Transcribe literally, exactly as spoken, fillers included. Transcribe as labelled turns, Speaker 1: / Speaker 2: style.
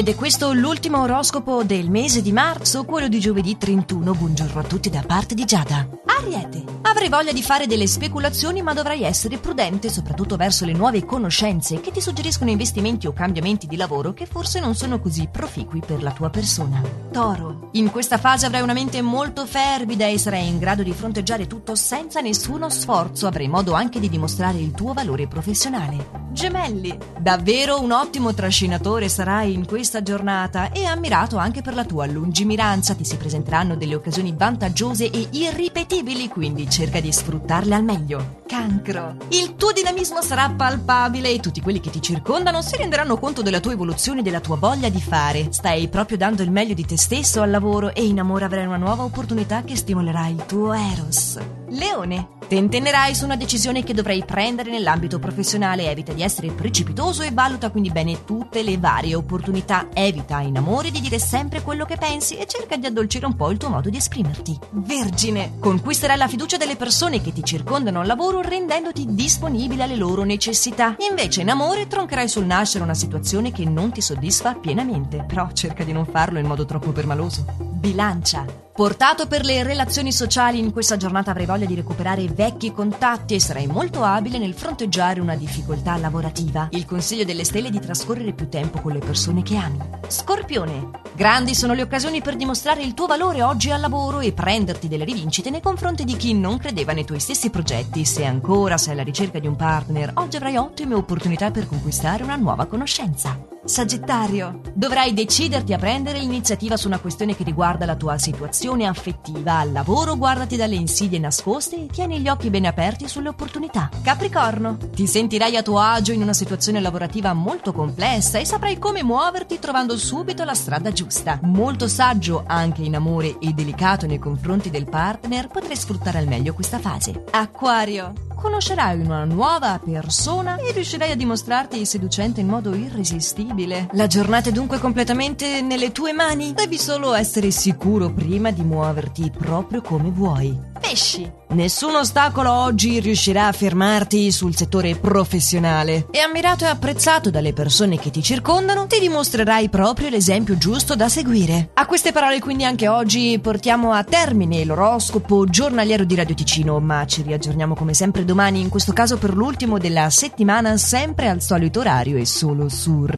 Speaker 1: Ed è questo l'ultimo oroscopo del mese di marzo, quello di giovedì trentuno. Buongiorno a tutti da parte di Giada. Ariete, avrai voglia di fare delle speculazioni, ma dovrai essere prudente, soprattutto verso le nuove conoscenze che ti suggeriscono investimenti o cambiamenti di lavoro che forse non sono così proficui per la tua persona. Toro, in questa fase avrai una mente molto fervida e sarai in grado di fronteggiare tutto senza nessuno sforzo. Avrai modo anche di dimostrare il tuo valore professionale. Gemelli, davvero un ottimo trascinatore sarai in questa giornata e ammirato anche per la tua lungimiranza. Ti si presenteranno delle occasioni vantaggiose e irripetibili, quindi cerca di sfruttarle al meglio. Cancro, il tuo dinamismo sarà palpabile e tutti quelli che ti circondano si renderanno conto della tua evoluzione e della tua voglia di fare. Stai proprio dando il meglio di te stesso al lavoro e in amore avrai una nuova opportunità che stimolerà il tuo Eros. Leone, tentennerai su una decisione che dovrai prendere nell'ambito professionale. Evita di essere precipitoso e valuta quindi bene tutte le varie opportunità. Evita in amore di dire sempre quello che pensi e cerca di addolcire un po' il tuo modo di esprimerti. Vergine, conquisterai la fiducia delle persone che ti circondano al lavoro rendendoti disponibile alle loro necessità. Invece in amore troncherai sul nascere una situazione che non ti soddisfa pienamente, però cerca di non farlo in modo troppo permaloso. Bilancia, portato per le relazioni sociali, in questa giornata avrai voglia di recuperare vecchi contatti e sarai molto abile nel fronteggiare una difficoltà lavorativa. Il consiglio delle stelle è di trascorrere più tempo con le persone che ami. Scorpione, grandi sono le occasioni per dimostrare il tuo valore oggi al lavoro e prenderti delle rivincite nei confronti di chi non credeva nei tuoi stessi progetti. Se ancora sei alla ricerca di un partner, oggi avrai ottime opportunità per conquistare una nuova conoscenza. Sagittario, dovrai deciderti a prendere l'iniziativa su una questione che riguarda la tua situazione affettiva. Al lavoro guardati dalle insidie nascoste e tieni gli occhi bene aperti sulle opportunità. Capricorno, ti sentirai a tuo agio in una situazione lavorativa molto complessa e saprai come muoverti trovando subito la strada giusta. Molto saggio anche in amore e delicato nei confronti del partner, potrai sfruttare al meglio questa fase. Acquario, conoscerai una nuova persona e riuscirai a dimostrarti seducente in modo irresistibile. La giornata è dunque completamente nelle tue mani. Devi solo essere sicuro prima di muoverti proprio come vuoi. Pesci, nessun ostacolo oggi riuscirà a fermarti sul settore professionale. E ammirato e apprezzato dalle persone che ti circondano, ti dimostrerai proprio l'esempio giusto da seguire. A queste parole quindi anche oggi portiamo a termine l'oroscopo giornaliero di Radio Ticino, ma ci riaggiorniamo come sempre domani, in questo caso per l'ultimo della settimana, sempre al solito orario e solo su